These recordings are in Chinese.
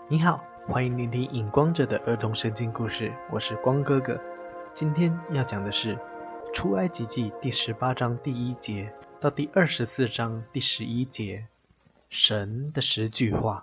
你好，欢迎聆听影光者的儿童圣经故事，我是光哥哥。今天要讲的是出埃及记第18章第1节到第24章第11节，神的10句话。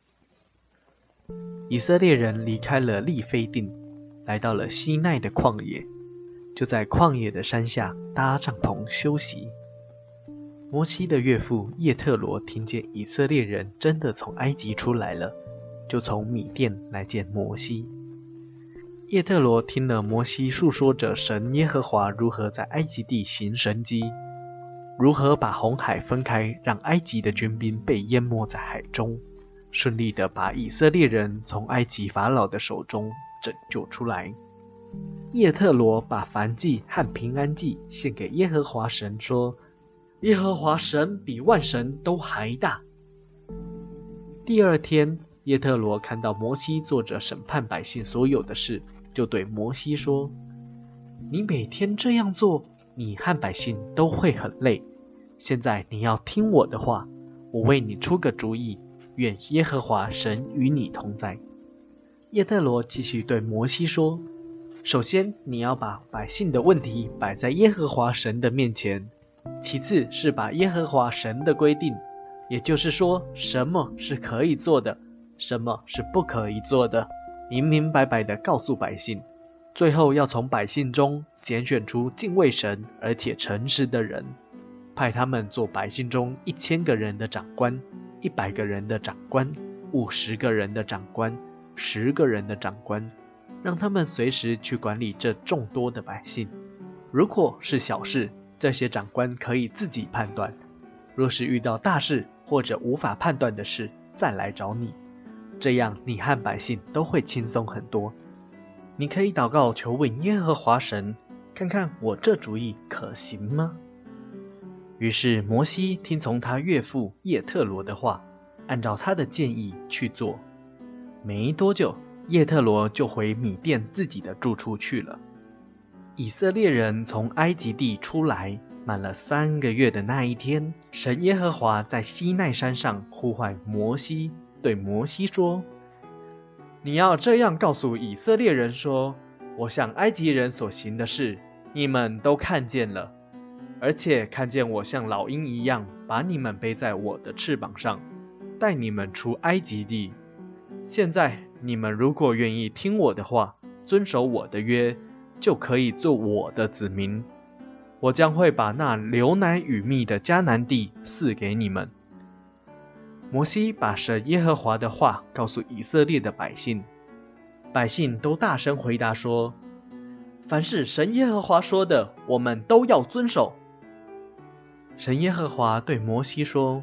以色列人离开了利非定，来到了西奈的旷野，就在旷野的山下搭帐篷休息。摩西的岳父叶特罗听见以色列人真的从埃及出来了，就从米甸来见摩西。叶特罗听了摩西述说着神耶和华如何在埃及地行神迹，如何把红海分开，让埃及的军兵被淹没在海中，顺利地把以色列人从埃及法老的手中拯救出来。叶特罗把燔祭和平安祭献给耶和华神，说：耶和华神比万神都还大。第二天，叶特罗看到摩西做着审判百姓所有的事，就对摩西说：你每天这样做，你和百姓都会很累。现在你要听我的话，我为你出个主意，愿耶和华神与你同在。叶特罗继续对摩西说：首先你要把百姓的问题摆在耶和华神的面前，其次是把耶和华神的规定，也就是说什么是可以做的，什么是不可以做的，明明白白地告诉百姓。最后要从百姓中拣选出敬畏神而且诚实的人，派他们做百姓中1000个人的长官，100个人的长官，50个人的长官，10个人的长官，让他们随时去管理这众多的百姓。如果是小事，这些长官可以自己判断，若是遇到大事或者无法判断的事，再来找你，这样你和百姓都会轻松很多。你可以祷告求问耶和华神，看看我这主意可行吗？于是摩西听从他岳父叶特罗的话，按照他的建议去做。没多久，叶特罗就回米甸自己的住处去了。以色列人从埃及地出来，满了3个月的那一天，神耶和华在西奈山上呼唤摩西，对摩西说：你要这样告诉以色列人说，我向埃及人所行的事，你们都看见了，而且看见我像老鹰一样把你们背在我的翅膀上，带你们出埃及地。现在你们如果愿意听我的话，遵守我的约，就可以做我的子民。我将会把那流奶与蜜的迦南地赐给你们。摩西把神耶和华的话告诉以色列的百姓，百姓都大声回答说：凡是神耶和华说的，我们都要遵守。神耶和华对摩西说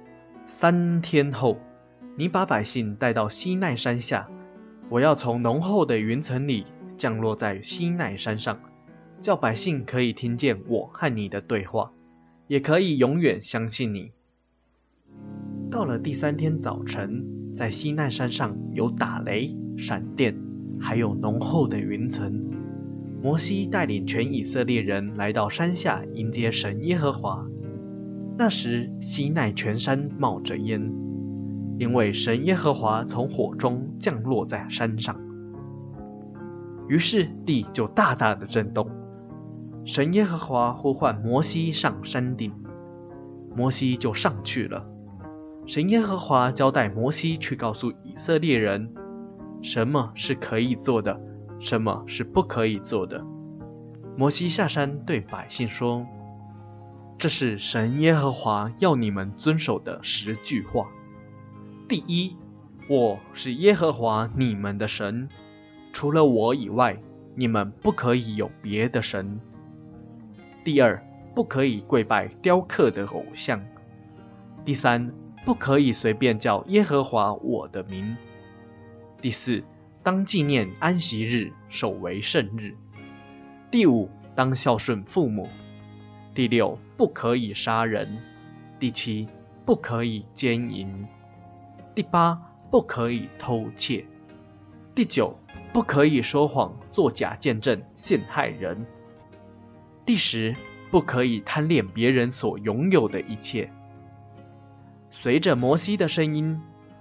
：3天后，你把百姓带到西奈山下，我要从浓厚的云层里降落在西奈山上，叫百姓可以听见我和你的对话，也可以永远相信你。到了第3天早晨，在西奈山上有打雷、闪电，还有浓厚的云层。摩西带领全以色列人来到山下迎接神耶和华。那时西奈全山冒着烟，因为神耶和华从火中降落在山上。于是地就大大的震动。神耶和华呼唤摩西上山顶，摩西就上去了。神耶和华交代摩西去告诉以色列人，什么是可以做的，什么是不可以做的。摩西下山对百姓说：这是神耶和华要你们遵守的10句话。第一，我是耶和华你们的神，除了我以外，你们不可以有别的神。第二，不可以跪拜雕刻的偶像。第三，不可以随便叫耶和华我的名。第四，当纪念安息日，守为圣日。第五，当孝顺父母。第六，不可以杀人。第七，不可以奸淫。第八，不可以偷窃。第九，不可以说谎，作假见证，陷害人。第10，不可以贪恋别人所拥有的一切。随着摩西的声音，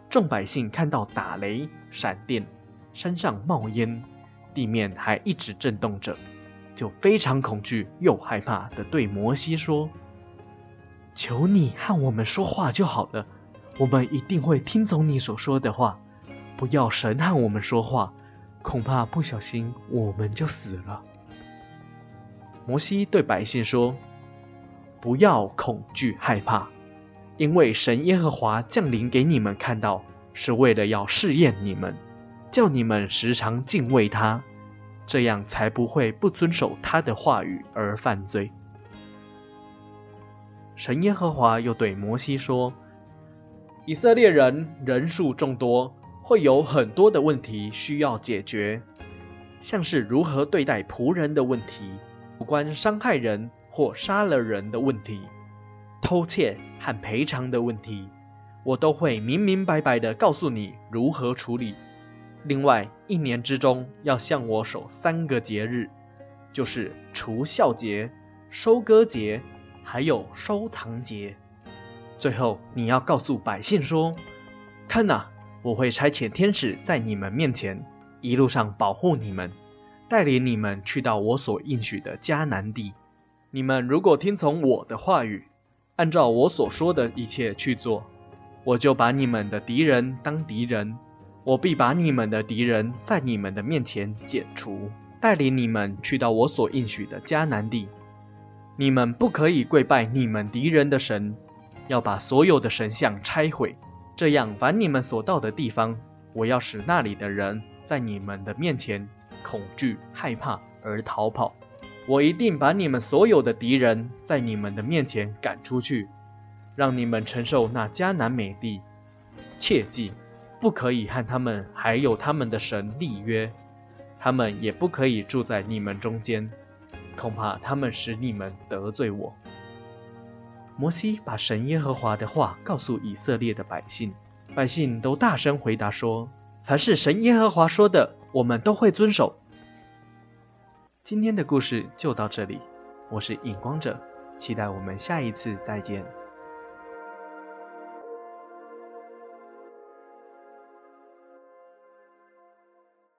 众百姓看到打雷、闪电，山上冒烟，地面还一直震动着，就非常恐惧又害怕地对摩西说：求你和我们说话就好了，我们一定会听从你所说的话，不要神和我们说话，恐怕不小心我们就死了。摩西对百姓说：不要恐惧害怕，因为神耶和华降临给你们看到，是为了要试验你们，叫你们时常敬畏他，这样才不会不遵守他的话语而犯罪。神耶和华又对摩西说：以色列人人数众多，会有很多的问题需要解决，像是如何对待仆人的问题，有关伤害人或杀了人的问题，偷窃和赔偿的问题，我都会明明白白地告诉你如何处理。另外，1年之中要向我守3个节日，就是除酵节、收割节还有收藏节。最后你要告诉百姓说：看哪，我会差遣天使在你们面前，一路上保护你们，带领你们去到我所应许的迦南地。你们如果听从我的话语，按照我所说的一切去做，我就把你们的敌人当敌人，我必把你们的敌人在你们的面前剪除，带领你们去到我所应许的迦南地。你们不可以跪拜你们敌人的神，要把所有的神像拆毁，这样凡你们所到的地方，我要使那里的人在你们的面前恐惧害怕而逃跑。我一定把你们所有的敌人在你们的面前赶出去，让你们承受那迦南美地。切记，不可以和他们还有他们的神立约，他们也不可以住在你们中间，恐怕他们使你们得罪我。摩西把神耶和华的话告诉以色列的百姓，百姓都大声回答说：凡是神耶和华说的，我们都会遵守。今天的故事就到这里，我是影光者，期待我们下一次再见。